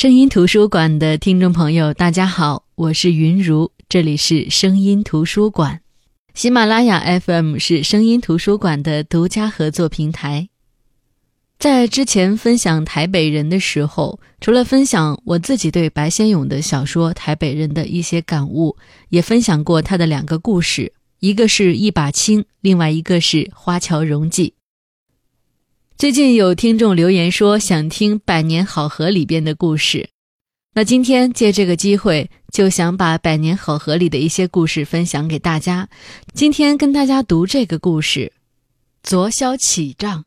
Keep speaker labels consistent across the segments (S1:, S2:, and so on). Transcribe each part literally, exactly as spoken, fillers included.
S1: 声音图书馆的听众朋友大家好，我是云如，这里是声音图书馆。喜马拉雅 F M 是声音图书馆的独家合作平台。在之前分享台北人的时候，除了分享我自己对白先勇的小说《台北人》的一些感悟，也分享过他的两个故事，一个是一把青，另外一个是花桥荣记。最近有听众留言说想听百年好合里边的故事，那今天借这个机会就想把百年好合里的一些故事分享给大家。今天跟大家读这个故事，昨宵起帐。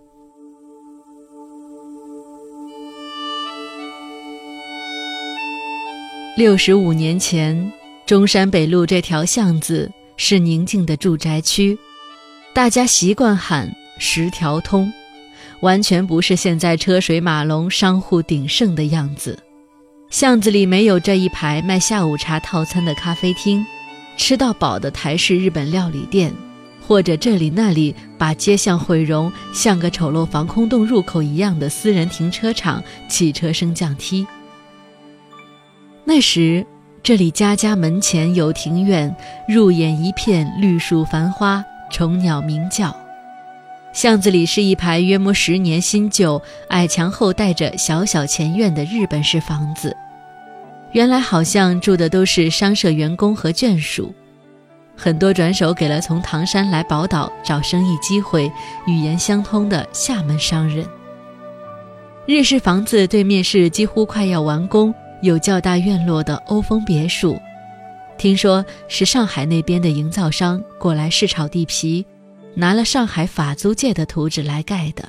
S1: 六十五年前，中山北路这条巷子是宁静的住宅区，大家习惯喊十条通，完全不是现在车水马龙商户鼎盛的样子。巷子里没有这一排卖下午茶套餐的咖啡厅，吃到饱的台式日本料理店，或者这里那里把街巷毁容像个丑陋防空洞入口一样的私人停车场、汽车升降梯。那时这里家家门前有庭院，入眼一片绿树繁花，虫鸟鸣叫。巷子里是一排约莫十年新旧、矮墙后带着小小前院的日本式房子，原来好像住的都是商社员工和眷属，很多转手给了从唐山来宝岛找生意机会、语言相通的厦门商人。日式房子对面是几乎快要完工、有较大院落的欧风别墅，听说是上海那边的营造商过来试炒地皮，拿了上海法租界的图纸来盖的。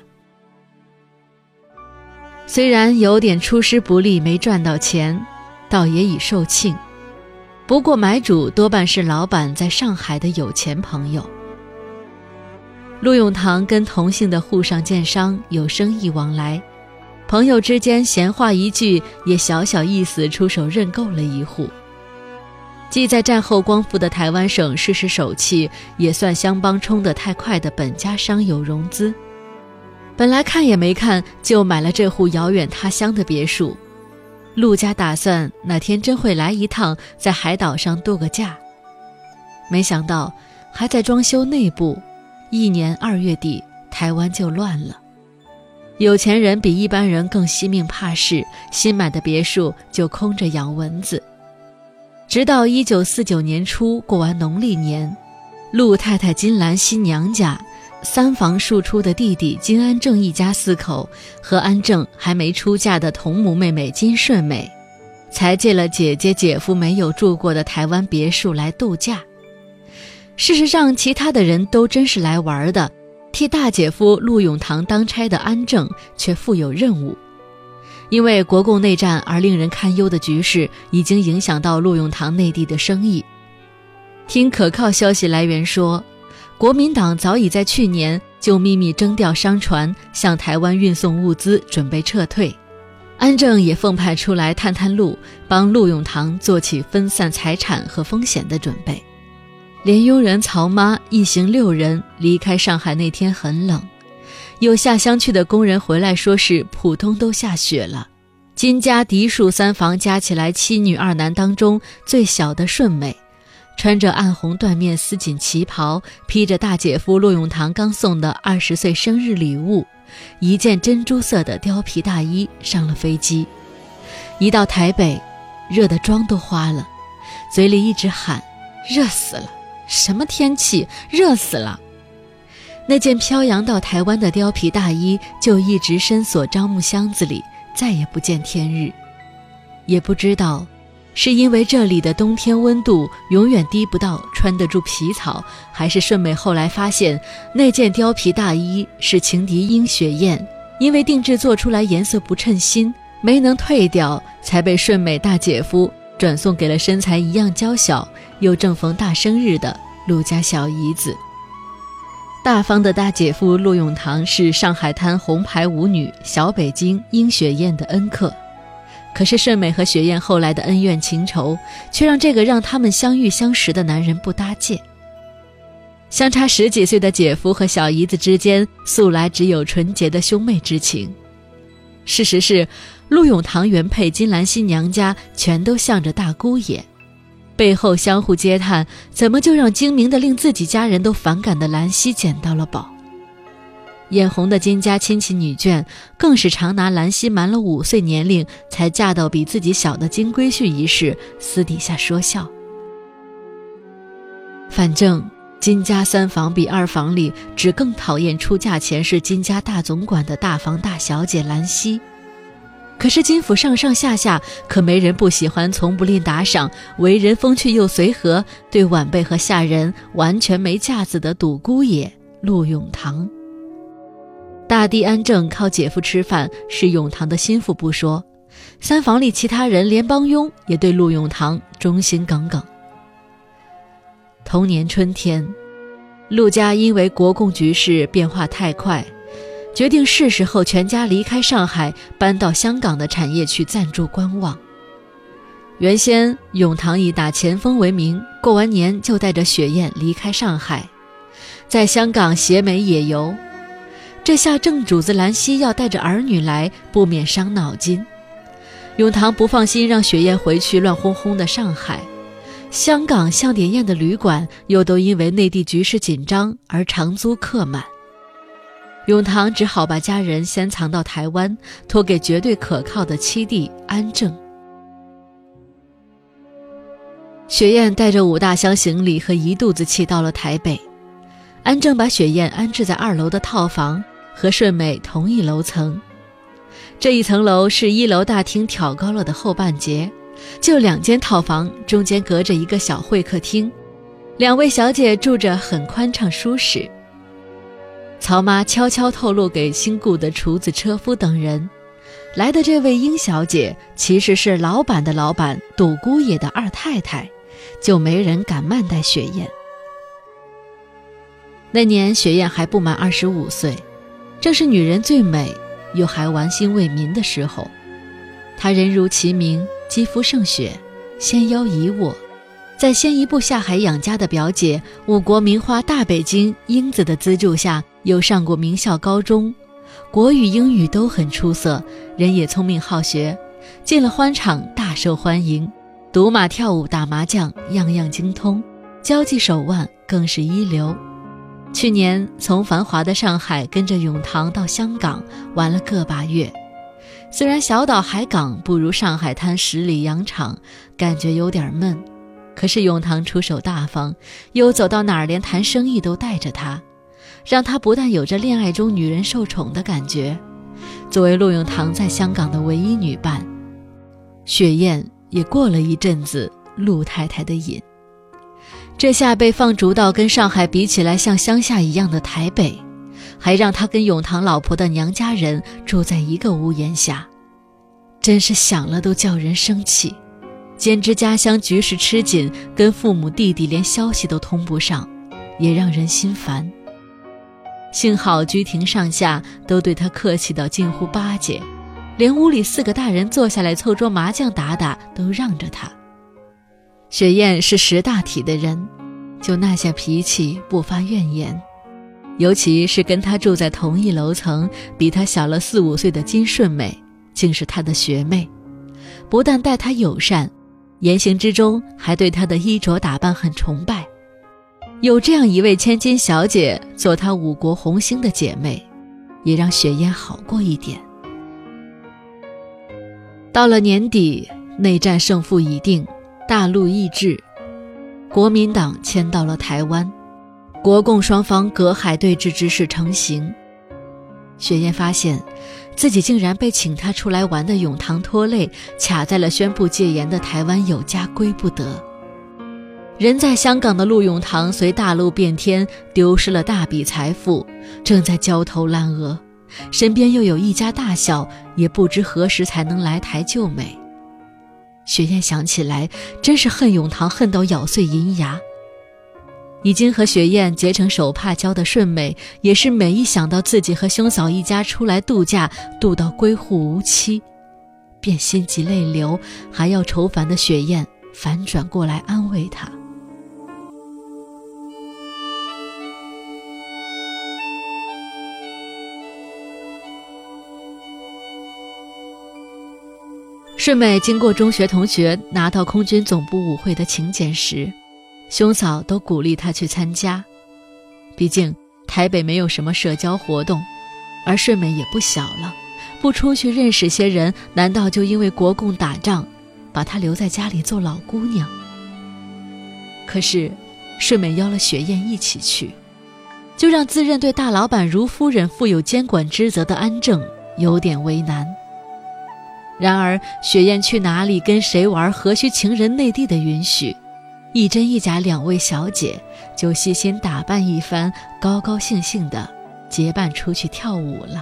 S1: 虽然有点出师不利，没赚到钱，倒也已售罄。不过买主多半是老板在上海的有钱朋友。陆永堂跟同姓的沪上建商有生意往来，朋友之间闲话一句，也小小意思出手认购了一户。既在战后光复的台湾省试试手气，也算乡邦冲得太快的本家商有融资。本来看也没看就买了这户遥远他乡的别墅。陆家打算哪天真会来一趟，在海岛上度个假。没想到还在装修内部，一年二月底台湾就乱了。有钱人比一般人更惜命怕事，新买的别墅就空着养蚊子。直到一九四九年初过完农历年，陆太太金兰新娘家三房庶出的弟弟金安正一家四口和安正还没出嫁的同母妹妹金顺美，才借了姐姐姐夫没有住过的台湾别墅来度假。事实上其他的人都真是来玩的，替大姐夫陆永堂当差的安正却负有任务。因为国共内战而令人堪忧的局势已经影响到陆永堂内地的生意。听可靠消息来源说，国民党早已在去年就秘密征调商船向台湾运送物资，准备撤退。安正也奉派出来探探路，帮陆永堂做起分散财产和风险的准备。连佣人曹妈一行六人离开上海那天很冷，有下乡去的工人回来说是浦东都下雪了。金家嫡庶三房加起来七女二男当中，最小的顺美穿着暗红缎面丝锦旗袍，披着大姐夫陆永堂刚送的二十岁生日礼物，一件珍珠色的貂皮大衣上了飞机。一到台北，热得妆都花了，嘴里一直喊热死了，什么天气，热死了。那件飘扬到台湾的貂皮大衣就一直深锁樟木箱子里，再也不见天日。也不知道是因为这里的冬天温度永远低不到穿得住皮草，还是顺美后来发现那件貂皮大衣是情敌殷雪燕因为定制做出来颜色不称心，没能退掉，才被顺美大姐夫转送给了身材一样娇小又正逢大生日的陆家小姨子。大方的大姐夫陆永堂是上海滩红牌舞女小北京殷雪燕的恩客，可是顺美和雪燕后来的恩怨情仇却让这个让他们相遇相识的男人不搭界。相差十几岁的姐夫和小姨子之间素来只有纯洁的兄妹之情。事实是陆永堂原配金兰溪娘家全都向着大姑爷，背后相互嗟叹，怎么就让精明的令自己家人都反感的兰溪捡到了宝。眼红的金家亲戚女眷更是常拿兰溪瞒了五岁年龄才嫁到比自己小的金龟婿一事私底下说笑。反正金家三房比二房里只更讨厌出嫁前是金家大总管的大房大小姐兰溪，可是金府上上下下可没人不喜欢从不吝打赏，为人风趣又随和，对晚辈和下人完全没架子的赌姑爷陆永堂。大弟安正靠姐夫吃饭，是永堂的心腹不说，三房里其他人连帮佣也对陆永堂忠心耿耿。同年春天，陆家因为国共局势变化太快，决定是时候全家离开上海，搬到香港的产业区暂住观望。原先永堂以打前锋为名，过完年就带着雪雁离开上海，在香港携美野游。这下正主子兰溪要带着儿女来，不免伤脑筋。永堂不放心让雪雁回去乱哄哄的上海，香港像点宴的旅馆又都因为内地局势紧张而长租客满。永堂只好把家人先藏到台湾，托给绝对可靠的七弟安正。雪雁带着五大箱行李和一肚子气到了台北，安正把雪雁安置在二楼的套房，和顺美同一楼层。这一层楼是一楼大厅挑高了的后半截，就两间套房，中间隔着一个小会客厅，两位小姐住着很宽敞舒适。曹妈悄悄透露给新雇的厨子车夫等人，来的这位英小姐其实是老板的老板杜姑爷的二太太，就没人敢慢待雪雁。那年雪雁还不满二十五岁，正是女人最美又还玩心为民的时候。她人如其名，肌肤胜雪，纤腰一握，在先一步下海养家的表姐五国名花大北京英子的资助下，又上过名校高中，国语英语都很出色，人也聪明好学，进了欢场大受欢迎，赌马跳舞打麻将样样精通，交际手腕更是一流。去年从繁华的上海跟着永堂到香港玩了个把月，虽然小岛海港不如上海滩十里洋场，感觉有点闷，可是永堂出手大方，又走到哪儿连谈生意都带着他，让他不但有着恋爱中女人受宠的感觉。作为陆永堂在香港的唯一女伴，雪雁也过了一阵子陆太太的瘾。这下被放逐到跟上海比起来像乡下一样的台北，还让他跟永堂老婆的娘家人住在一个屋檐下，真是想了都叫人生气。兼之家乡局势吃紧，跟父母弟弟连消息都通不上，也让人心烦。幸好居廷上下都对他客气到近乎巴结，连屋里四个大人坐下来凑桌麻将打打都让着他。雪雁是识大体的人，就耐下脾气不发怨言，尤其是跟他住在同一楼层比他小了四五岁的金顺美，竟是他的学妹，不但待他友善，言行之中还对他的衣着打扮很崇拜。有这样一位千金小姐做她五国红星的姐妹，也让雪雁好过一点。到了年底，内战胜负已定，大陆易帜，国民党迁到了台湾，国共双方隔海对峙之势成型。雪雁发现自己竟然被请他出来玩的永堂拖累，卡在了宣布戒严的台湾有家归不得。人在香港的陆永堂随大陆变天，丢失了大笔财富，正在焦头烂额，身边又有一家大小，也不知何时才能来台救美。雪雁想起来，真是恨永堂恨到咬碎银牙。已经和雪雁结成手帕交的顺美，也是每一想到自己和兄嫂一家出来度假，度到归户无期，便心急泪流，还要愁烦的雪雁反转过来安慰他。 顺美经过中学同学拿到空军总部舞会的请柬时，兄嫂都鼓励她去参加。毕竟台北没有什么社交活动，而顺美也不小了，不出去认识些人，难道就因为国共打仗把她留在家里做老姑娘？可是顺美邀了雪雁一起去，就让自认对大老板如夫人负有监管职责的安正有点为难。然而雪雁去哪里跟谁玩，何须情人内地的允许，一真一假两位小姐就悉心打扮一番，高高兴兴地结伴出去跳舞了。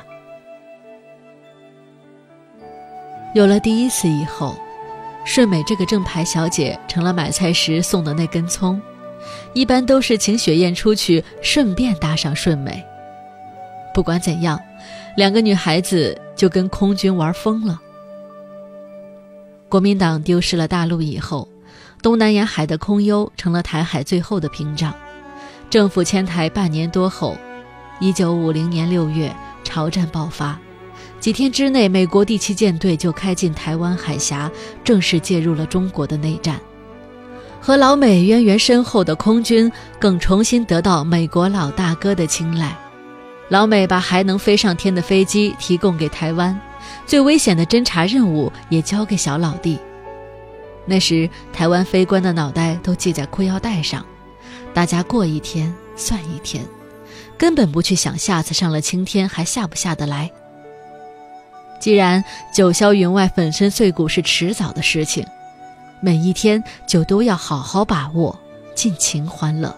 S1: 有了第一次以后，顺美这个正牌小姐成了买菜时送的那根葱，一般都是请雪雁出去顺便搭上顺美。不管怎样，两个女孩子就跟空军玩疯了。国民党丢失了大陆以后，东南沿海的空优成了台海最后的屏障。政府迁台半年多后，一九五零年六月，朝战爆发。几天之内，美国第七舰队就开进台湾海峡，正式介入了中国的内战。和老美渊源深厚的空军更重新得到美国老大哥的青睐。老美把还能飞上天的飞机提供给台湾，最危险的侦察任务也交给小老弟。那时台湾飞官的脑袋都系在裤腰带上，大家过一天算一天，根本不去想下次上了青天还下不下得来。既然九霄云外粉身碎骨是迟早的事情，每一天就都要好好把握，尽情欢乐。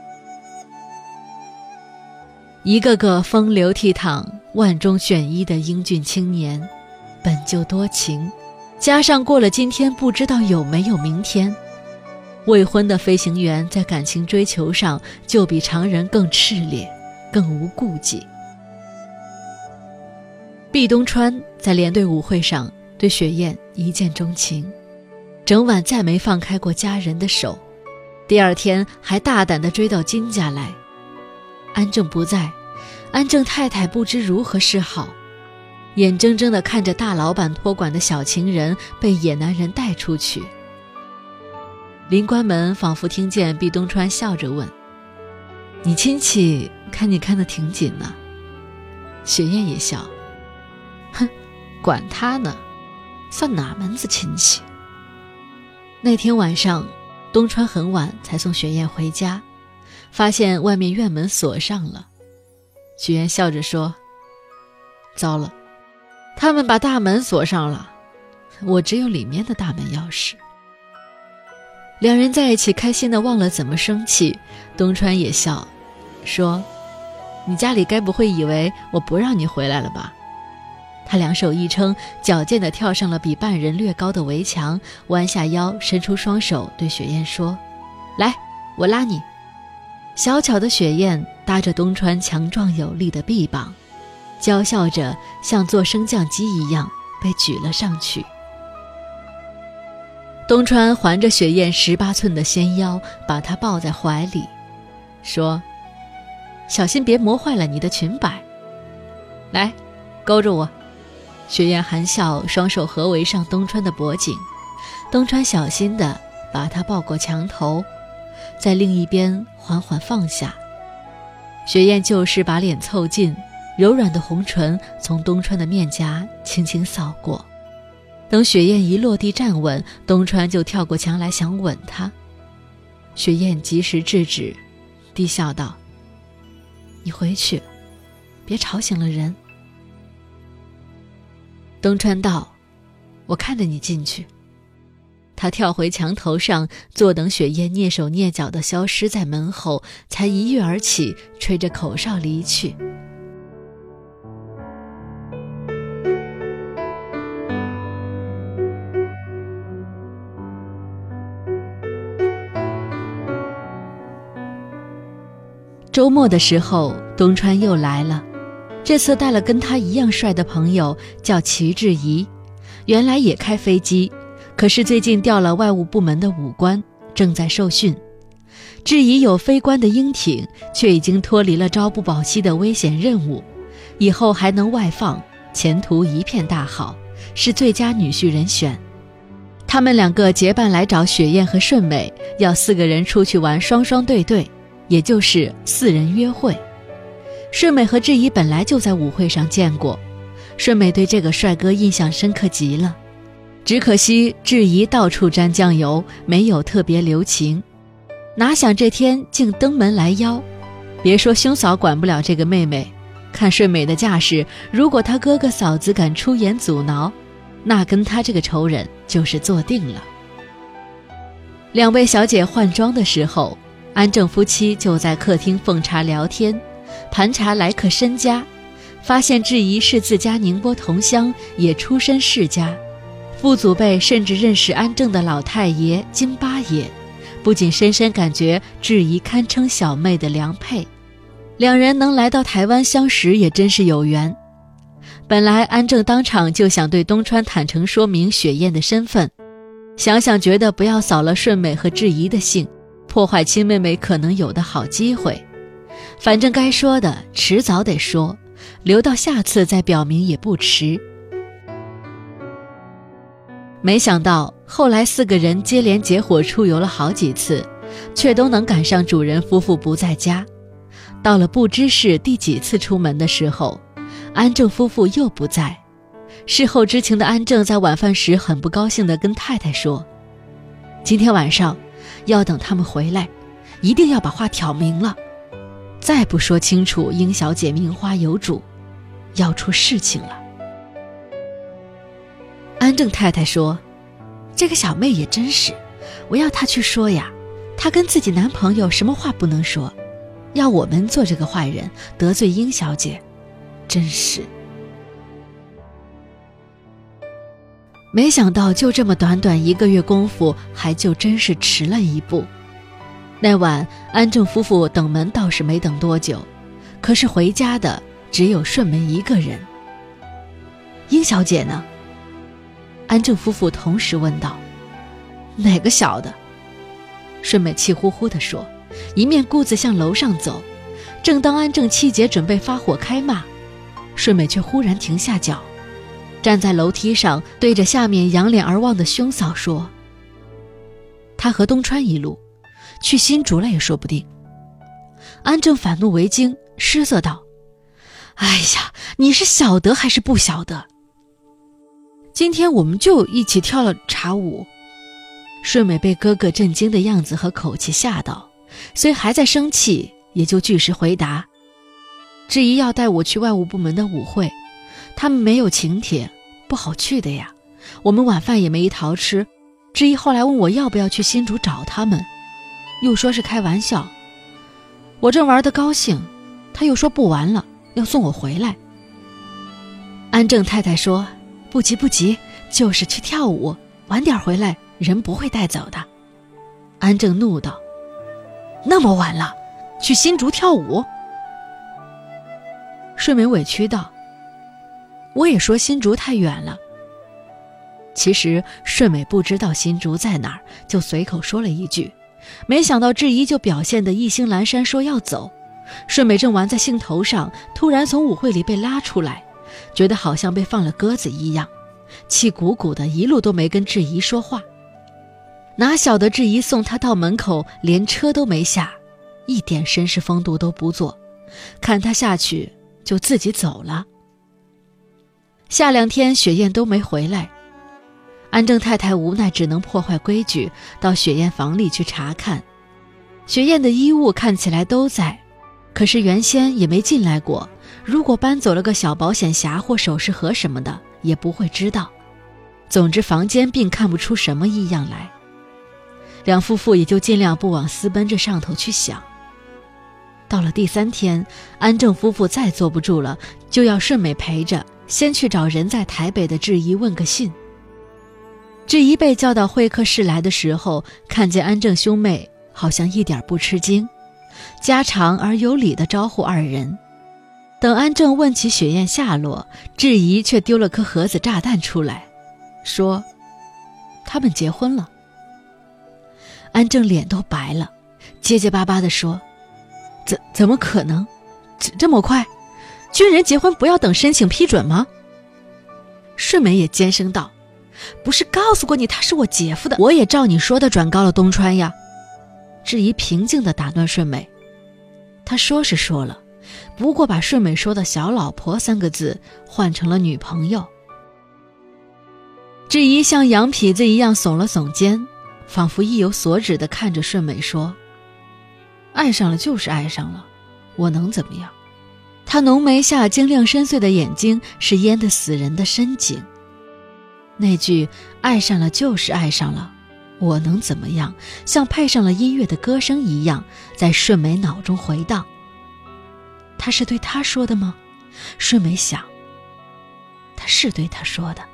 S1: 一个个风流倜傥、万中选一的英俊青年，本就多情，加上过了今天不知道有没有明天。未婚的飞行员在感情追求上就比常人更炽烈，更无顾忌。毕东川在连队舞会上对雪雁一见钟情，整晚再没放开过家人的手，第二天还大胆地追到金家来。安正不在，安正太太不知如何是好，眼睁睁地看着大老板托管的小情人被野男人带出去。临关门仿佛听见毕东川笑着问：你亲戚看你看得挺紧呢？雪雁也笑：哼，管他呢，算哪门子亲戚。那天晚上东川很晚才送雪雁回家，发现外面院门锁上了。雪雁笑着说：糟了，他们把大门锁上了，我只有里面的大门钥匙。两人在一起开心的忘了怎么生气，东川也笑说：你家里该不会以为我不让你回来了吧？他两手一撑，矫健地跳上了比半人略高的围墙，弯下腰伸出双手对雪雁说：来，我拉你。小巧的雪雁搭着东川强壮有力的臂膀，娇笑着像坐升降机一样被举了上去。东川环着雪雁十八寸的纤腰，把她抱在怀里，说：小心别磨坏了你的裙摆。来，勾着我。雪雁含笑，双手合围上东川的脖颈，东川小心地把她抱过墙头，在另一边缓缓放下。雪雁就是把脸凑近，柔软的红唇从东川的面颊轻轻扫过。等雪雁一落地站稳，东川就跳过墙来想吻她。雪雁及时制止，低笑道：你回去，别吵醒了人。东川道：我看着你进去。他跳回墙头上，坐等雪雁蹑手蹑脚地消失在门后，才一跃而起，吹着口哨离去。周末的时候，东川又来了，这次带了跟他一样帅的朋友，叫齐志怡，原来也开飞机，可是最近调了外务部门的武官，正在受训。志怡有飞官的英挺，却已经脱离了朝不保夕的危险任务，以后还能外放，前途一片大好，是最佳女婿人选。 他们两个结伴来找雪雁和顺美，要四个人出去玩双双对对，也就是四人约会。顺美和质疑本来就在舞会上见过，顺美对这个帅哥印象深刻极了，只可惜质疑到处沾酱油，没有特别留情。哪想这天竟登门来邀，别说兄嫂管不了这个妹妹，看顺美的架势，如果她哥哥嫂子敢出言阻挠，那跟她这个仇人就是坐定了。两位小姐换装的时候，安正夫妻就在客厅奉茶聊天，盘查来客身家，发现质疑是自家宁波同乡，也出身世家，父祖辈甚至认识安正的老太爷金八爷，不仅深深感觉质疑堪称小妹的良配。两人能来到台湾相识也真是有缘。本来安正当场就想对东川坦诚说明雪雁的身份，想想觉得不要扫了顺美和质疑的兴，破坏亲妹妹可能有的好机会。反正该说的迟早得说，留到下次再表明也不迟。没想到后来四个人接连结伙出游了好几次，却都能赶上主人夫妇不在家。到了不知是第几次出门的时候，安正夫妇又不在。事后知情的安正在晚饭时很不高兴地跟太太说，今天晚上要等他们回来，一定要把话挑明了，再不说清楚，英小姐名花有主，要出事情了。安正太太说，这个小妹也真是，我要她去说呀，她跟自己男朋友什么话不能说，要我们做这个坏人得罪英小姐，真是。没想到就这么短短一个月功夫，还就真是迟了一步。那晚安正夫妇等门倒是没等多久，可是回家的只有顺美一个人。英小姐呢？安正夫妇同时问道。哪个小的？顺美气呼呼地说，一面顾子向楼上走。正当安正气结准备发火开骂，顺美却忽然停下脚，站在楼梯上对着下面仰脸而望的兄嫂说，他和东川一路去新竹了也说不定。安正反怒为惊，失色道，哎呀，你是晓得还是不晓得？今天我们就一起跳了茶舞。顺美被哥哥震惊的样子和口气吓到，虽还在生气，也就据实回答，质疑要带我去外务部门的舞会，他们没有请帖，不好去的呀，我们晚饭也没一桃吃。质疑后来问我要不要去新竹找他们，又说是开玩笑，我正玩得高兴，他又说不玩了，要送我回来。安正太太说，不急不急，就是去跳舞，晚点回来人不会带走的。安正怒道，那么晚了，去新竹跳舞？顺美委屈道，我也说新竹太远了。其实顺美不知道新竹在哪儿，就随口说了一句，没想到质疑就表现得意兴阑珊，说要走。顺美正玩在兴头上，突然从舞会里被拉出来，觉得好像被放了鸽子一样，气鼓鼓的，一路都没跟质疑说话。哪晓得质疑送他到门口，连车都没下，一点绅士风度都不做，看他下去就自己走了。下两天雪雁都没回来，安正太太无奈只能破坏规矩，到雪雁房里去查看。雪雁的衣物看起来都在，可是原先也没进来过，如果搬走了个小保险匣或首饰盒什么的，也不会知道。总之房间并看不出什么异样来，两夫妇也就尽量不往私奔这上头去想。到了第三天，安正夫妇再坐不住了，就要顺美陪着先去找人在台北的质疑问个信。质疑被叫到会客室来的时候，看见安正兄妹好像一点不吃惊，家常而有礼地招呼二人。等安正问起雪雁下落，质疑却丢了颗盒子炸弹出来，说他们结婚了。安正脸都白了，结结巴巴地说，怎怎么可能？这这么快？军人结婚不要等申请批准吗？顺美也尖声道， 不是告诉过你他是我姐夫的？我也照你说的转告了东川呀。质疑平静地打断顺美，他说是说了，不过把顺美说的小老婆三个字换成了女朋友。质疑像羊皮子一样耸了耸肩，仿佛意有所指地看着顺美说，爱上了就是爱上了，我能怎么样？他浓眉下晶亮深邃的眼睛是淹得死人的深井。那句爱上了就是爱上了，我能怎么样，像配上了音乐的歌声一样在顺美脑中回荡。他是对他说的吗？顺美想，他是对他说的。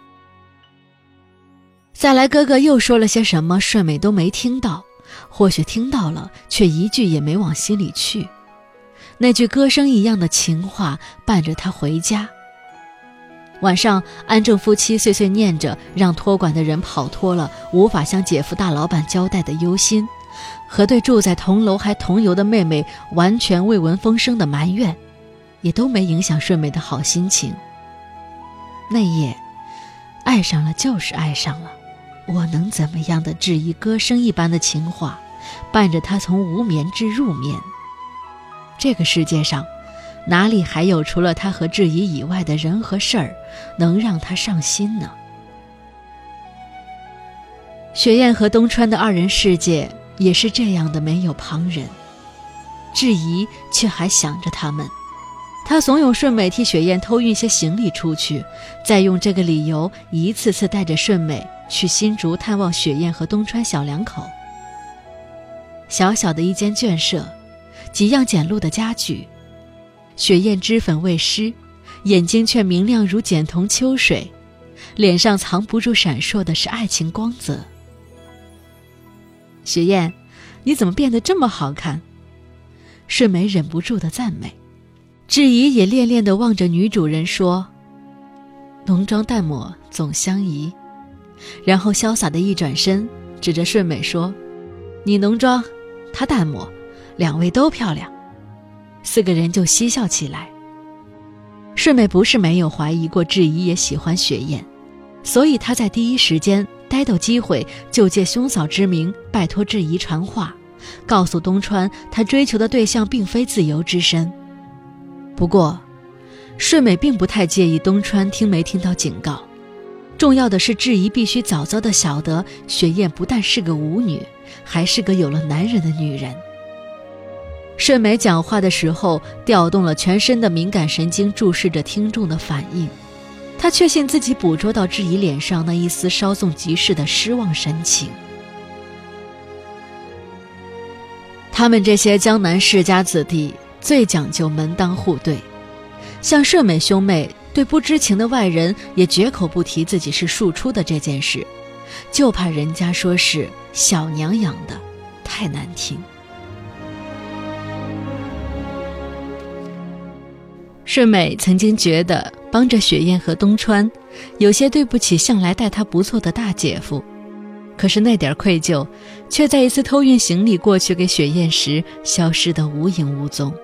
S1: 再来哥哥又说了些什么，顺美都没听到，或许听到了，却一句也没往心里去。那句歌声一样的情话伴着他回家。晚上，安正夫妻碎碎念着让托管的人跑脱了无法向姐夫大老板交代的忧心，和对住在同楼还同游的妹妹完全未闻风声的埋怨，也都没影响顺美的好心情。那夜，爱上了就是爱上了，我能怎么样的质疑歌声一般的情话，伴着他从无眠至入眠。这个世界上哪里还有除了他和质疑以外的人和事儿能让他上心呢？雪雁和东川的二人世界也是这样的，没有旁人。质疑却还想着他们，他怂恿顺美替雪雁偷运些行李出去，再用这个理由一次次带着顺美去新竹探望雪雁和东川小两口。小小的一间眷舍，几样简陋的家具，雪雁脂粉未施，眼睛却明亮如简瞳秋水，脸上藏不住闪烁的是爱情光泽。雪雁，你怎么变得这么好看？顺美忍不住的赞美。质疑也恋恋地望着女主人说，浓妆淡抹总相宜。然后潇洒的一转身，指着顺美说，你浓妆，她淡抹，两位都漂亮。四个人就嬉笑起来。顺美不是没有怀疑过质疑也喜欢雪雁，所以她在第一时间逮到机会就借兄嫂之名拜托质疑传话，告诉东川她追求的对象并非自由之身。不过顺美并不太介意东川听没听到警告，重要的是质疑必须早早地晓得雪雁不但是个舞女，还是个有了男人的女人。顺美讲话的时候调动了全身的敏感神经，注视着听众的反应。她确信自己捕捉到质疑脸上那一丝稍纵即逝的失望神情。他们这些江南世家子弟最讲究门当户对，像顺美兄妹对不知情的外人也绝口不提自己是庶出的这件事，就怕人家说是小娘养的，太难听。顺美曾经觉得帮着雪雁和东川有些对不起向来待她不错的大姐夫，可是那点愧疚却在一次偷运行李过去给雪雁时消失得无影无踪。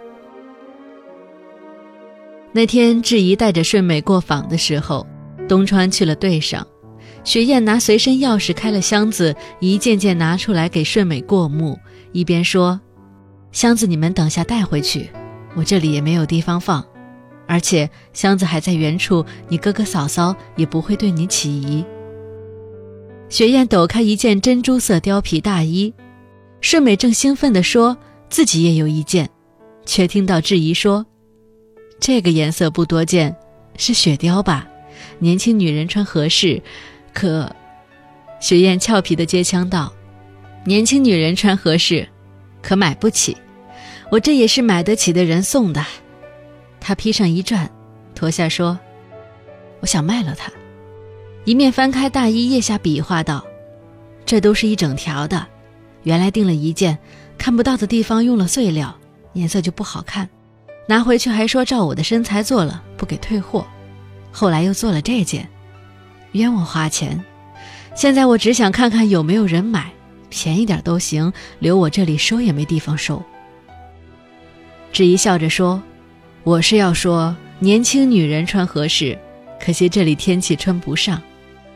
S1: 那天质疑带着顺美过访的时候，东川去了队上，雪雁拿随身钥匙开了箱子，一件件拿出来给顺美过目，一边说，箱子你们等下带回去，我这里也没有地方放，而且箱子还在原处，你哥哥嫂嫂也不会对你起疑。雪雁抖开一件珍珠色貂皮大衣，顺美正兴奋地说自己也有一件，却听到质疑说，这个颜色不多见，是雪貂吧？年轻女人穿合适，可……雪雁俏皮地接腔道，年轻女人穿合适，可买不起，我这也是买得起的人送的。她披上一转，脱下说，我想卖了它。一面翻开大衣，腋下比划道，这都是一整条的，原来订了一件，看不到的地方用了碎料，颜色就不好看，拿回去还说照我的身材做了，不给退货，后来又做了这件，冤枉花钱。现在我只想看看有没有人买，便宜点都行，留我这里收也没地方收。质疑笑着说，我是要说年轻女人穿合适，可惜这里天气穿不上。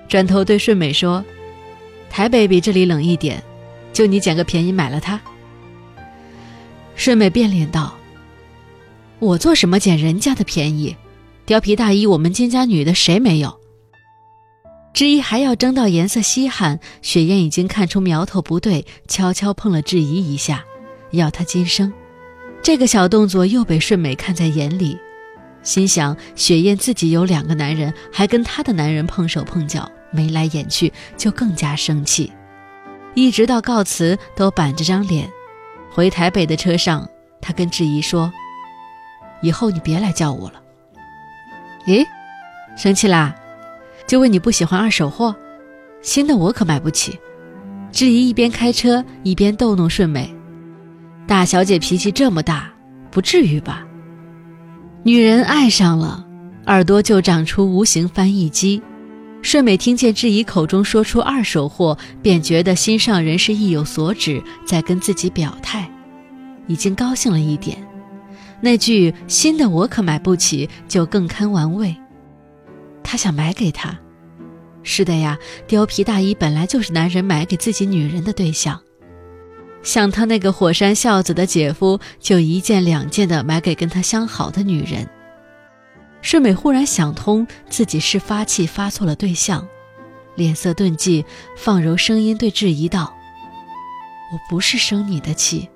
S1: 转头对顺美说，台北比这里冷一点，就你捡个便宜买了它。顺美变脸道，我做什么捡人家的便宜？貂皮大衣我们金家女的谁没有？质疑还要争到颜色稀罕，雪雁已经看出苗头不对，悄悄碰了质疑一下，要他噤声。这个小动作又被顺美看在眼里，心想雪雁自己有两个男人，还跟她的男人碰手碰脚，眉来眼去，就更加生气。一直到告辞都板着张脸。回台北的车上，他跟质疑说，以后你别来叫我了。咦，生气啦？就为你不喜欢二手货？新的我可买不起。质疑一边开车一边逗弄顺美，大小姐脾气这么大，不至于吧？女人爱上了，耳朵就长出无形翻译机。顺美听见质疑口中说出二手货，便觉得心上人是意有所指，在跟自己表态，已经高兴了一点。那句新的我可买不起就更堪玩味。他想买给他，是的呀，貂皮大衣本来就是男人买给自己女人的对象。像他那个火山孝子的姐夫，就一件两件的买给跟他相好的女人。顺美忽然想通，自己是发气发错了对象，脸色顿寂，放柔声音对质疑道，我不是生你的气。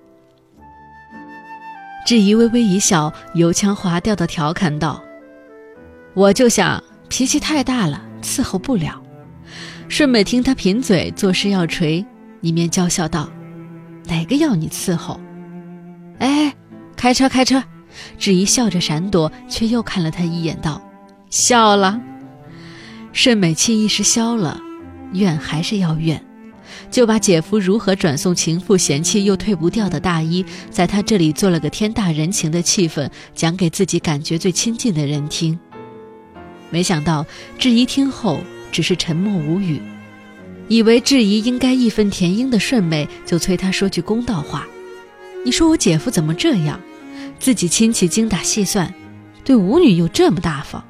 S1: 质疑微微一笑，油腔滑调地调侃道，我就想脾气太大了，伺候不了。顺美听他贫嘴，作势要锤，一面娇笑道，哪个要你伺候？哎，开车开车。质疑笑着闪躲，却又看了他一眼道，笑了。顺美气一时消了，怨还是要怨，就把姐夫如何转送情妇嫌弃又退不掉的大衣，在他这里做了个天大人情的气氛，讲给自己感觉最亲近的人听。没想到质疑听后只是沉默无语，以为质疑应该义愤填膺的顺美就催他说句公道话，你说我姐夫怎么这样，自己亲戚精打细算，对舞女又这么大方。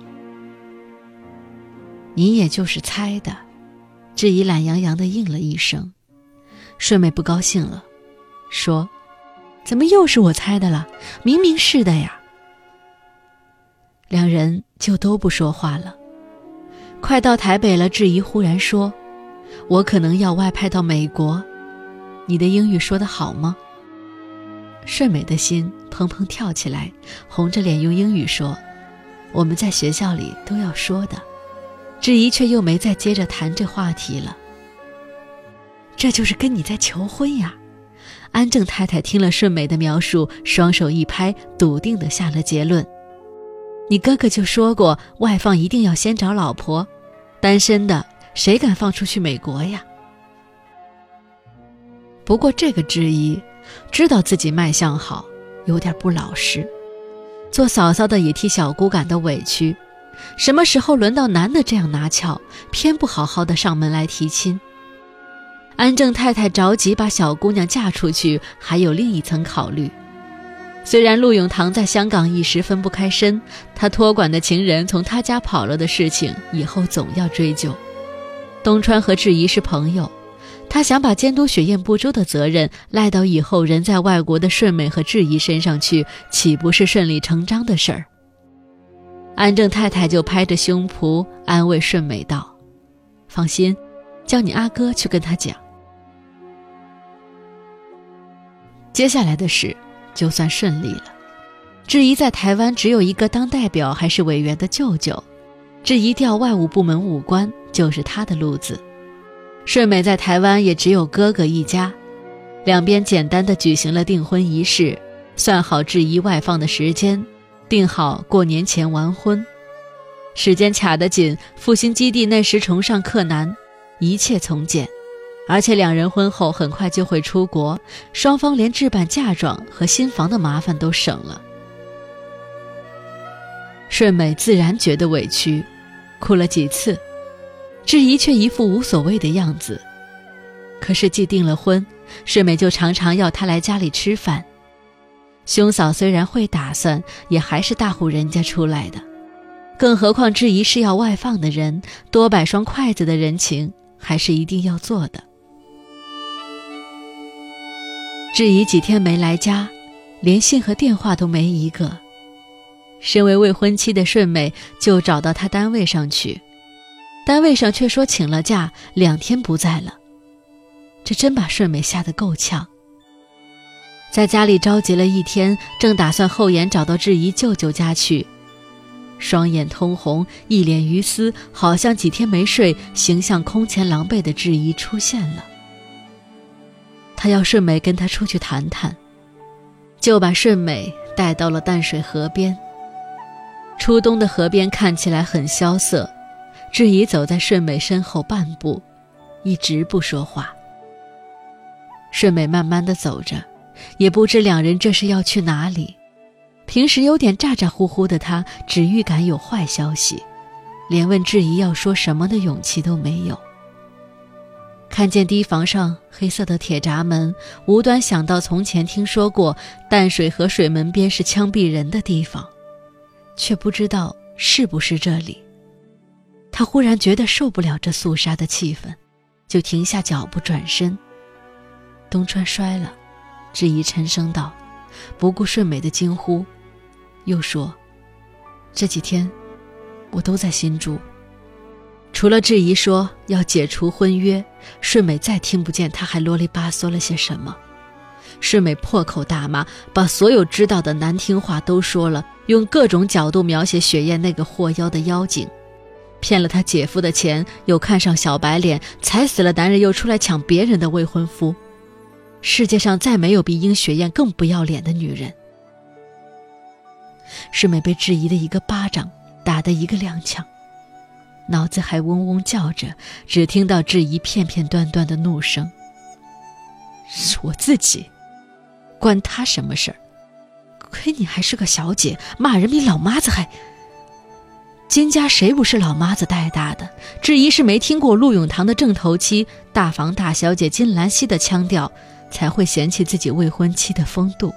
S1: 你也就是猜的。质疑懒洋洋地应了一声。顺美不高兴了，说，怎么又是我猜的了？明明是的呀。两人就都不说话了。快到台北了，质疑忽然说，我可能要外派到美国，你的英语说得好吗？顺美的心砰砰跳起来，红着脸用英语说，我们在学校里都要说的。质疑却又没再接着谈这话题了。这就是跟你在求婚呀。安正太太听了顺美的描述，双手一拍，笃定地下了结论，你哥哥就说过，外放一定要先找老婆，单身的谁敢放出去美国呀？不过这个质疑知道自己卖相好，有点不老实，做嫂嫂的也替小姑感到委屈，什么时候轮到男的这样拿翘，偏不好好的上门来提亲。安正太太着急把小姑娘嫁出去，还有另一层考虑。虽然陆永堂在香港一时分不开身，他托管的情人从他家跑了的事情，以后总要追究。东川和质疑是朋友，他想把监督雪雁不周的责任赖到以后人在外国的顺美和质疑身上去，岂不是顺理成章的事儿？安正太太就拍着胸脯安慰顺美道，放心，叫你阿哥去跟他讲。接下来的事就算顺利了。质疑在台湾只有一个当代表还是委员的舅舅，质疑调外务部门武官就是他的路子。顺美在台湾也只有哥哥一家，两边简单的举行了订婚仪式，算好质疑外放的时间，定好过年前完婚。时间卡得紧，复兴基地那时崇尚克难，一切从简，而且两人婚后很快就会出国，双方连置办嫁妆和新房的麻烦都省了。顺美自然觉得委屈，哭了几次，质疑却一副无所谓的样子。可是既订了婚，顺美就常常要他来家里吃饭。兄嫂虽然会打算，也还是大户人家出来的， 更何况质疑是要外放的人，多摆双筷子的人情还是一定要做的。质疑几天没来家，连信和电话都没一个。身为未婚妻的顺美就找到他单位上去，单位上却说请了假，两天不在了。这真把顺美吓得够呛。在家里着急了一天，正打算后延找到质疑舅舅家去，双眼通红，一脸鱼丝，好像几天没睡，形象空前狼狈的质疑出现了。他要顺美跟他出去谈谈，就把顺美带到了淡水河边。初冬的河边看起来很萧瑟，质疑走在顺美身后半步，一直不说话。顺美慢慢地走着，也不知两人这是要去哪里。平时有点咋咋呼呼的他，只预感有坏消息，连问质疑要说什么的勇气都没有。看见堤防上黑色的铁闸门，无端想到从前听说过淡水河水门边是枪毙人的地方，却不知道是不是这里。他忽然觉得受不了这肃杀的气氛，就停下脚步转身。东川摔了，质疑沉声道，不顾顺美的惊呼，又说，这几天我都在新竹。除了质疑说要解除婚约，顺美再听不见他还啰里吧嗦了些什么。顺美破口大骂，把所有知道的难听话都说了，用各种角度描写雪雁那个祸妖的妖精，骗了他姐夫的钱，又看上小白脸，踩死了男人又出来抢别人的未婚夫。世界上再没有比殷雪雁更不要脸的女人。顺美被质疑的一个巴掌打得一个踉跄，脑子还嗡嗡叫着，只听到质疑片片段段的怒声。是我自己，关他什么事儿？亏你还是个小姐，骂人比老妈子还……金家谁不是老妈子带大的？质疑是没听过陆永堂的正头妻大房大小姐金兰溪的腔调，才会嫌弃自己未婚妻的风度。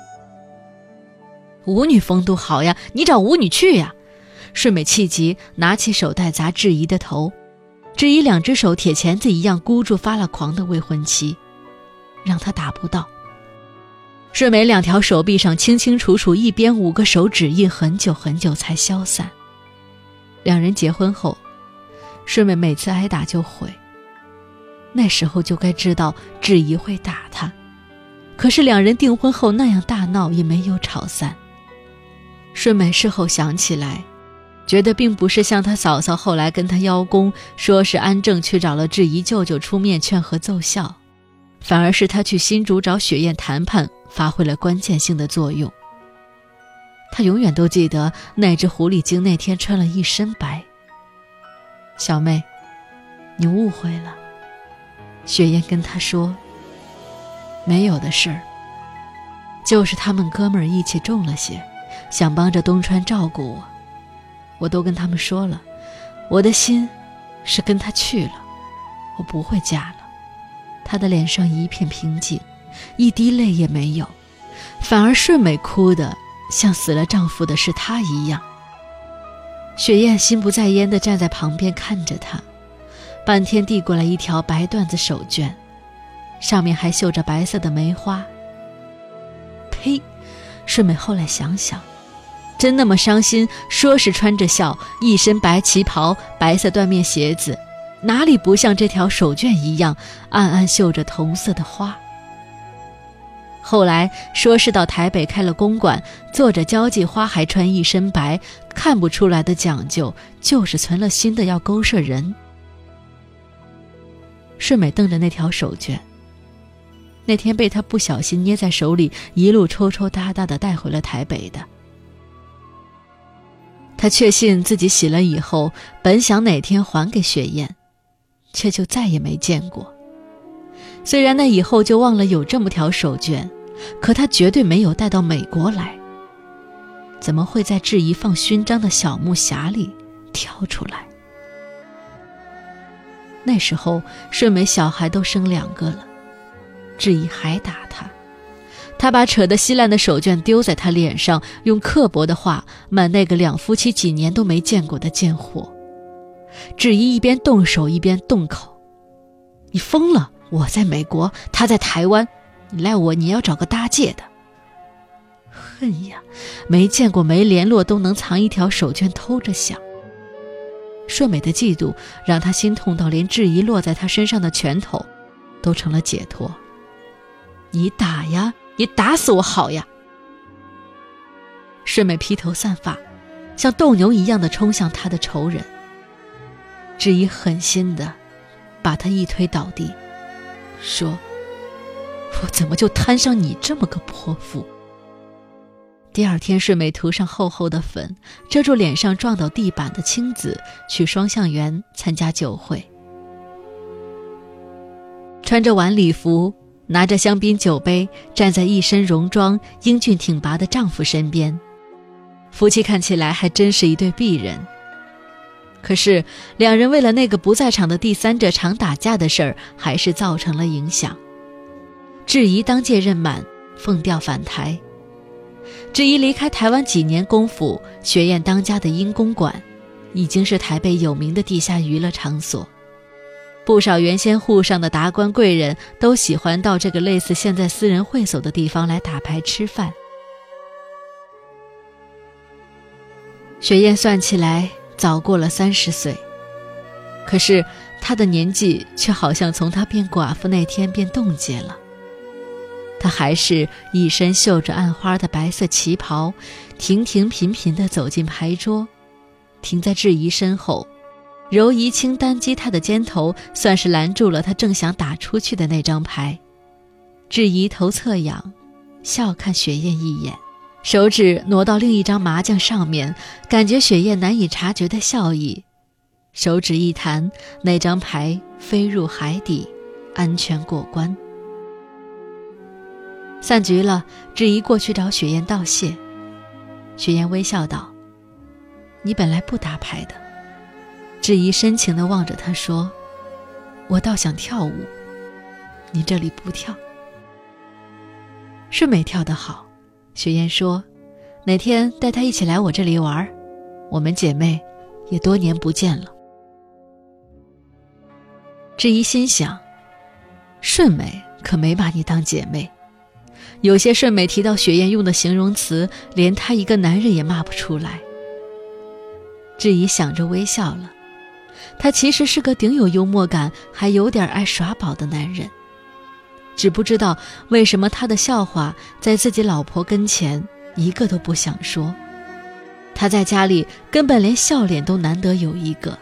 S1: 舞女风度好呀，你找舞女去呀！顺美气急，拿起手袋砸质疑的头。质疑两只手铁钳子一样箍住发了狂的未婚妻，让他打不到。顺美两条手臂上清清楚楚一边五个手指印很久很久才消散。两人结婚后，顺美每次挨打就悔，那时候就该知道质疑会打他。可是两人订婚后那样大闹也没有吵散。顺美事后想起来，觉得并不是像他嫂嫂后来跟他邀功，说是安正去找了质疑舅舅出面劝和奏效，反而是他去新竹找雪雁谈判发挥了关键性的作用。他永远都记得那只狐狸精那天穿了一身白。小妹，你误会了。雪雁跟他说，没有的事儿，就是他们哥们儿义气重了些，想帮着东川照顾我。我都跟他们说了，我的心是跟他去了，我不会嫁了。他的脸上一片平静，一滴泪也没有，反而顺美哭的像死了丈夫的是他一样。雪雁心不在焉地站在旁边看着他，半天递过来一条白缎子手绢，上面还绣着白色的梅花。呸！顺美后来想想，真那么伤心，说是穿着孝，一身白旗袍，白色缎面鞋子，哪里不像这条手绢一样暗暗绣着同色的花。后来说是到台北开了公馆，做着交际花，还穿一身白，看不出来的讲究，就是存了心的要勾摄人。顺美瞪着那条手绢，那天被他不小心捏在手里，一路抽抽搭搭地带回了台北的。他确信自己洗了以后，本想哪天还给雪雁，却就再也没见过。虽然那以后就忘了有这么条手绢，可他绝对没有带到美国来，怎么会在质疑放勋章的小木匣里挑出来？那时候顺美小孩都生两个了，质疑还打他， 他把扯得稀烂的手绢丢在他脸上，用刻薄的话骂那个两夫妻几年都没见过的贱货。芷怡一边动手一边动口：你疯了，我在美国，他在台湾，你赖我你要找个搭界的。恨呀，没见过没联络都能藏一条手绢偷着想。顺美的嫉妒让他心痛到连质疑落在他身上的拳头都成了解脱。你打呀，你打死我好呀！顺美披头散发，像斗牛一样的冲向他的仇人。质疑狠心的把他一推倒地，说：我怎么就摊上你这么个泼妇？第二天，顺美涂上厚厚的粉，遮住脸上撞到地板的青紫，去双向园参加酒会。穿着晚礼服，拿着香槟酒杯，站在一身戎装英俊挺拔的丈夫身边，夫妻看起来还真是一对璧人。可是两人为了那个不在场的第三者常打架的事儿，还是造成了影响。质疑当届任满，奉调返台。质疑离开台湾几年功夫，学院当家的英公馆已经是台北有名的地下娱乐场所。不少原先沪上的达官贵人都喜欢到这个类似现在私人会所的地方来打牌吃饭。雪雁算起来早过了三十岁，可是她的年纪却好像从她变寡妇那天便冻结了。她还是一身绣着暗花的白色旗袍，停停频频地走进牌桌，停在质疑身后，柔仪轻单击她的肩头，算是拦住了她正想打出去的那张牌。质疑头侧仰，笑看雪雁一眼，手指挪到另一张麻将上面，感觉雪雁难以察觉的笑意，手指一弹，那张牌飞入海底，安全过关。散局了，质疑过去找雪雁道谢。雪雁微笑道：你本来不打牌的。质疑深情地望着他说：我倒想跳舞，你这里不跳。顺美跳得好，雪雁说：哪天带她一起来我这里玩，我们姐妹也多年不见了。质疑心想，顺美可没把你当姐妹。有些顺美提到雪雁用的形容词，连她一个男人也骂不出来。质疑想着微笑了，他其实是个顶有幽默感还有点爱耍宝的男人，只不知道为什么他的笑话在自己老婆跟前一个都不想说。他在家里根本连笑脸都难得有一个。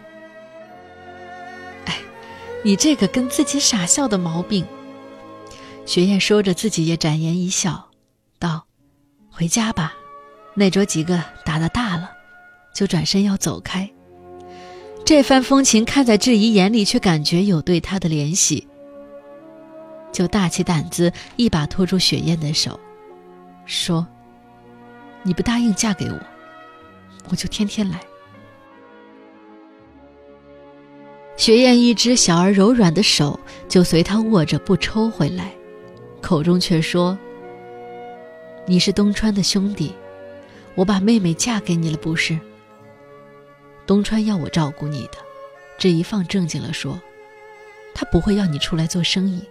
S1: 哎，你这个跟自己傻笑的毛病。雪雁说着自己也展颜一笑，道：回家吧，那桌几个打得大了。就转身要走开。这番风情看在质疑眼里，却感觉有对他的联系，就大起胆子一把拖住雪雁的手，说：你不答应嫁给我，我就天天来。雪雁一只小而柔软的手就随他握着不抽回来，口中却说：你是东川的兄弟，我把妹妹嫁给你了不是？东川要我照顾你的。质疑放正经了说，他不会要你出来做生意。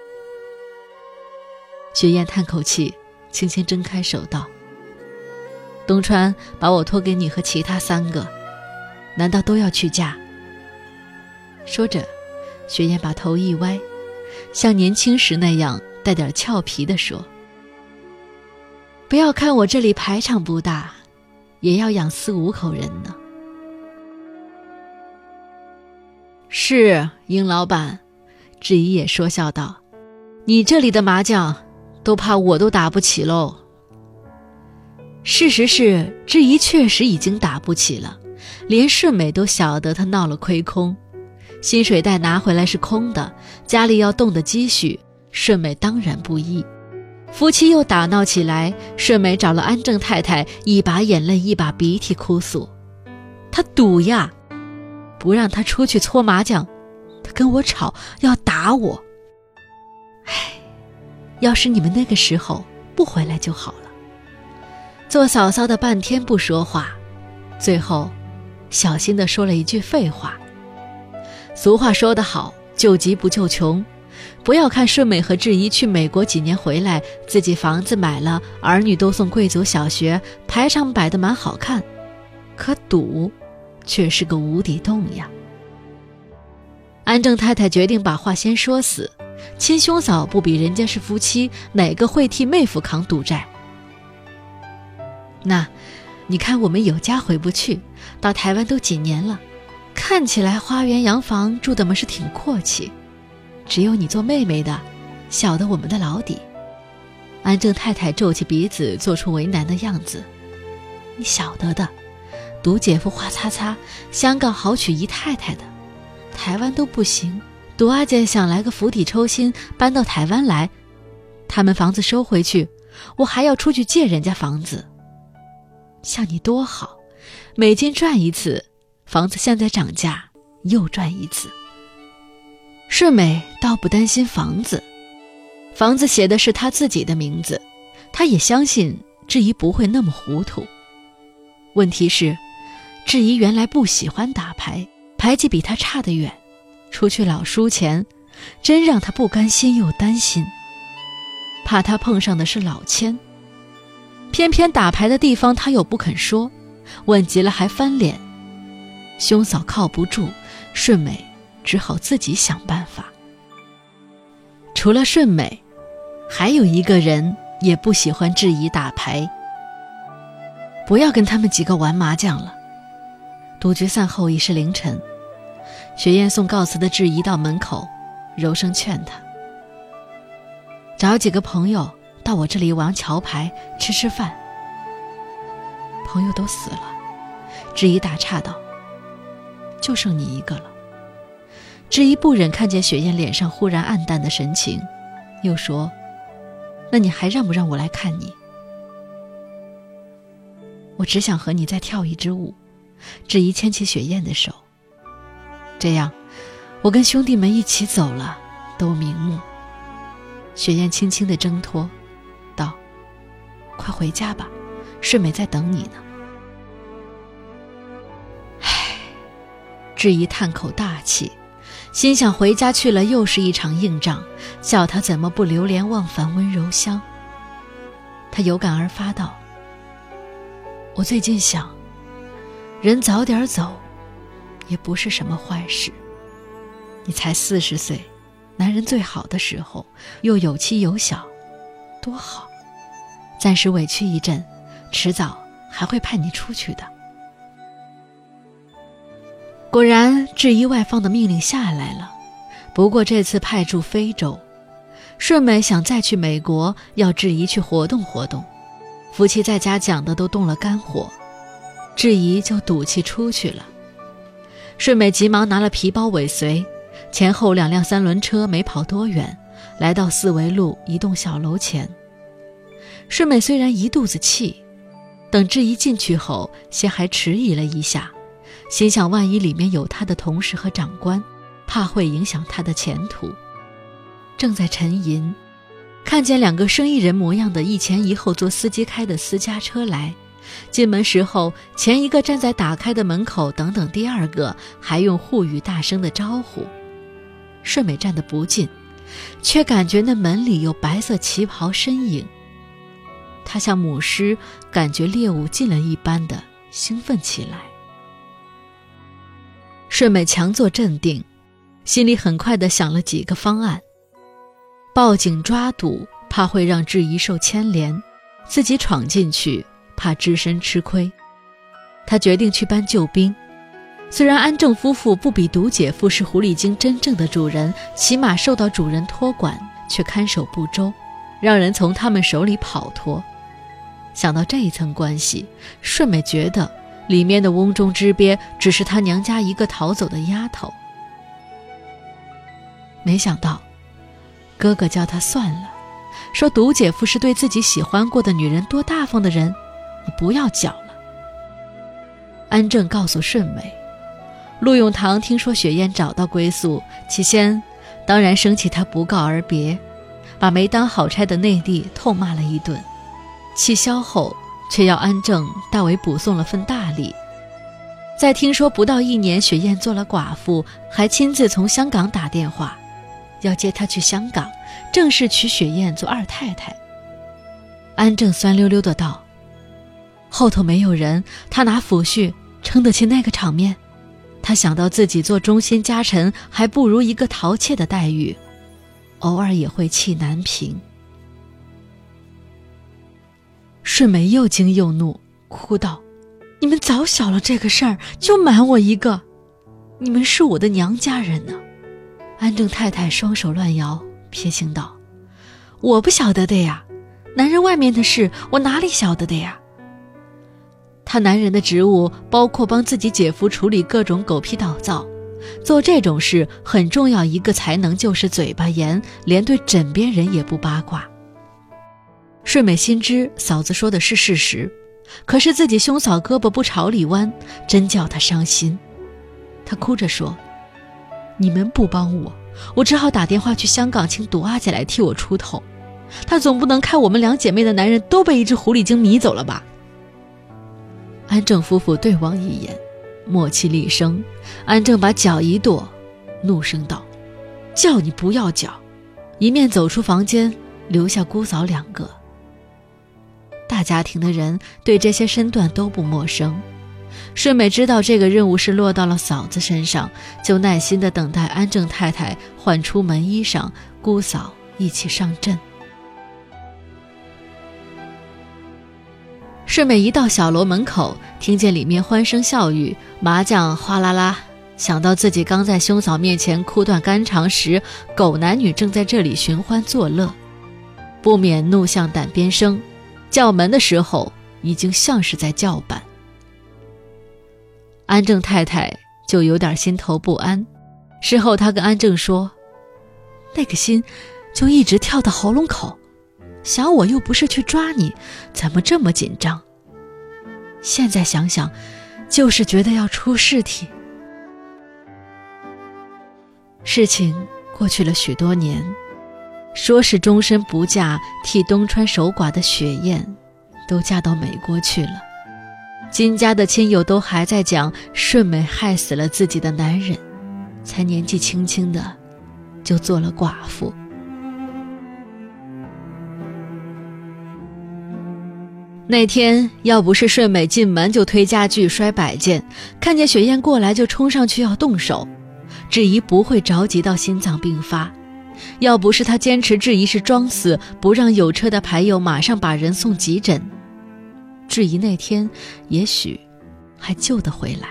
S1: 雪雁叹口气，轻轻睁开手道：东川把我托给你和其他三个，难道都要去嫁？说着，雪雁把头一歪，像年轻时那样带点俏皮地说：不要看我这里排场不大，也要养四五口人呢。是，殷老板，质疑也说笑道，你这里的麻将都怕我都打不起喽。事实是，质疑确实已经打不起了，连顺美都晓得他闹了亏空，薪水袋拿回来是空的，家里要动的积蓄，顺美当然不依。夫妻又打闹起来，顺美找了安正太太，一把眼泪一把鼻涕哭诉，他赌呀，不让他出去搓麻将，他跟我吵要打我。唉， 要是你们那个时候不回来就好了。做嫂嫂的半天不说话，最后小心地说了一句废话。俗话说得好，救急不救穷。不要看顺美和质疑去美国几年回来，自己房子买了，儿女都送贵族小学，排场摆得蛮好看，可赌却是个无底洞呀。安正太太决定把话先说死，亲兄嫂不比人家是夫妻，哪个会替妹夫扛赌债？那你看我们有家回不去，到台湾都几年了，看起来花园洋房住的么是挺阔气，只有你做妹妹的晓得我们的老底。安正太太皱起鼻子，做出为难的样子。你晓得的，赌姐夫花擦擦，香港好娶姨太太的，台湾都不行。赌阿姐想来个釜底抽薪，搬到台湾来，他们房子收回去，我还要出去借人家房子。像你多好，美金赚一次，房子现在涨价又赚一次。顺美倒不担心房子，房子写的是她自己的名字，她也相信质疑不会那么糊涂。问题是，质疑原来不喜欢打牌，牌技比她差得远，出去老输钱，真让她不甘心又担心，怕她碰上的是老千。偏偏打牌的地方她又不肯说，问急了还翻脸。兄嫂靠不住，顺美只好自己想办法。除了顺美，还有一个人也不喜欢质疑打牌。不要跟他们几个玩麻将了。赌局散后已是凌晨，雪雁送告辞的质疑到门口，柔声劝他找几个朋友到我这里玩桥牌，吃吃饭。朋友都死了，质疑打岔道，就剩你一个了。质疑不忍看见雪雁脸上忽然暗淡的神情，又说，那你还让不让我来看你？我只想和你再跳一支舞。质疑牵起雪雁的手，这样我跟兄弟们一起走了，都瞑目。雪雁轻轻地挣脱道，快回家吧，顺美在等你呢。唉，质疑叹口大气，心想回家去了又是一场硬仗，叫他怎么不流连忘返温柔乡。他有感而发道，我最近想，人早点走也不是什么坏事。你才四十岁，男人最好的时候，又有妻有小，多好。暂时委屈一阵，迟早还会派你出去的。果然质疑外放的命令下来了，不过这次派驻非洲。顺美想再去美国，要质疑去活动活动，夫妻在家讲的都动了肝火，质疑就赌气出去了。顺美急忙拿了皮包尾随，前后两辆三轮车没跑多远，来到四维路一栋小楼前。顺美虽然一肚子气，等质疑进去后，先还迟疑了一下，心想万一里面有他的同事和长官，怕会影响他的前途。正在沉吟，看见两个生意人模样的一前一后坐司机开的私家车来，进门时候，前一个站在打开的门口等等第二个，还用沪语大声的招呼。顺美站得不近，却感觉那门里有白色旗袍身影，她像母狮感觉猎物近了一般的兴奋起来。顺美强作镇定，心里很快地想了几个方案。报警抓赌，怕会让质疑受牵连，自己闯进去怕只身吃亏。他决定去搬救兵，虽然安正夫妇不比独姐夫是狐狸精真正的主人，起码受到主人托管，却看守不周，让人从他们手里跑脱。想到这一层关系，顺美觉得里面的瓮中之鳖只是她娘家一个逃走的丫头。没想到哥哥叫他算了，说独姐夫是对自己喜欢过的女人多大方的人，你不要搅了。安正告诉顺美，陆永堂听说雪雁找到归宿，起先当然生气他不告而别， 把没当好差的内弟痛骂了一顿，气消后却要安正代为补送了份大礼。在听说不到一年雪雁做了寡妇，还亲自从香港打电话要接她去香港正式娶雪雁做二太太。安正酸溜溜的道：后头没有人，他拿抚恤撑得起那个场面。他想到自己做忠心家臣还不如一个陶妾的待遇，偶尔也会气难平。顺美又惊又怒，哭道：你们早晓了这个事儿，就瞒我一个，你们是我的娘家人呢。安正太太双手乱摇，撇清道：我不晓得的呀，男人外面的事我哪里晓得的呀。他男人的职务包括帮自己姐夫处理各种狗屁倒灶，做这种事很重要一个才能就是嘴巴严，连对枕边人也不八卦。顺美心知嫂子说的是事实，可是自己兄嫂胳膊不朝里弯，真叫她伤心。她哭着说：你们不帮我，我只好打电话去香港请朵阿姐来替我出头，她总不能看我们两姐妹的男人都被一只狐狸精迷走了吧。安正夫妇对望一眼，默契厉声。安正把脚一跺，怒声道：叫你不要叫！一面走出房间，留下姑嫂两个。大家庭的人对这些身段都不陌生，顺美知道这个任务是落到了嫂子身上，就耐心地等待安正太太换出门衣裳，姑嫂一起上阵。顺美一到小楼门口，听见里面欢声笑语，麻将哗啦啦，想到自己刚在兄嫂面前哭断肝肠时，狗男女正在这里寻欢作乐，不免怒向胆边生。叫门的时候已经像是在叫板。安正太太就有点心头不安，事后她跟安正说：那个心就一直跳到喉咙口，想我又不是去抓你，怎么这么紧张？现在想想，就是觉得要出事体。事情过去了许多年，说是终身不嫁替东川守寡的雪雁，都嫁到美国去了。金家的亲友都还在讲顺美害死了自己的男人，才年纪轻轻的就做了寡妇。那天要不是顺美进门就推家具摔摆件，看见雪雁过来就冲上去要动手，质疑不会着急到心脏病发。要不是他坚持质疑是装死，不让有车的牌友马上把人送急诊，质疑那天也许还救得回来。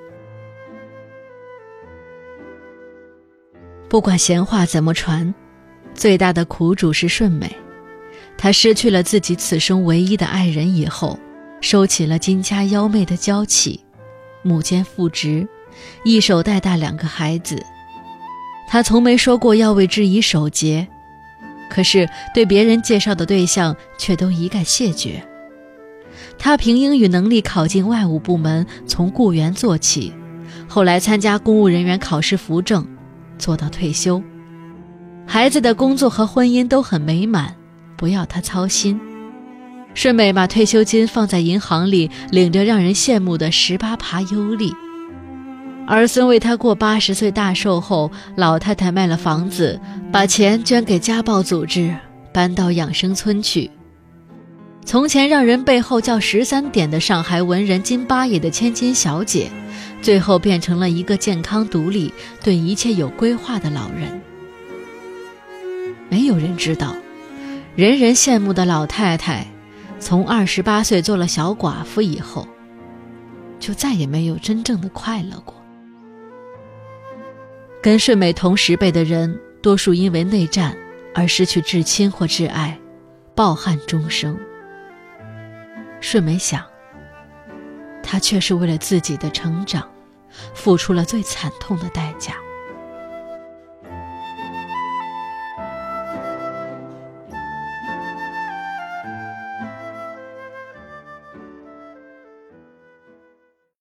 S1: 不管闲话怎么传，最大的苦主是顺美。她失去了自己此生唯一的爱人以后，收起了金家幺妹的娇气，母兼父职，一手带大两个孩子。她从没说过要为之以守节，可是对别人介绍的对象却都一概谢绝。她凭英语能力考进外务部门，从雇员做起，后来参加公务人员考试扶正，做到退休。孩子的工作和婚姻都很美满，不要她操心。顺美把退休金放在银行里，领着让人羡慕的十八爬优利。儿孙为她过八十岁大寿后，老太太卖了房子，把钱捐给家暴组织，搬到养生村去。从前让人背后叫十三点的上海文人金八爷的千金小姐，最后变成了一个健康独立、对一切有规划的老人。没有人知道，人人羡慕的老太太，从二十八岁做了小寡妇以后，就再也没有真正的快乐过。跟顺美同十辈的人，多数因为内战而失去至亲或挚爱，抱憾终生。顺美想，她却是为了自己的成长，付出了最惨痛的代价。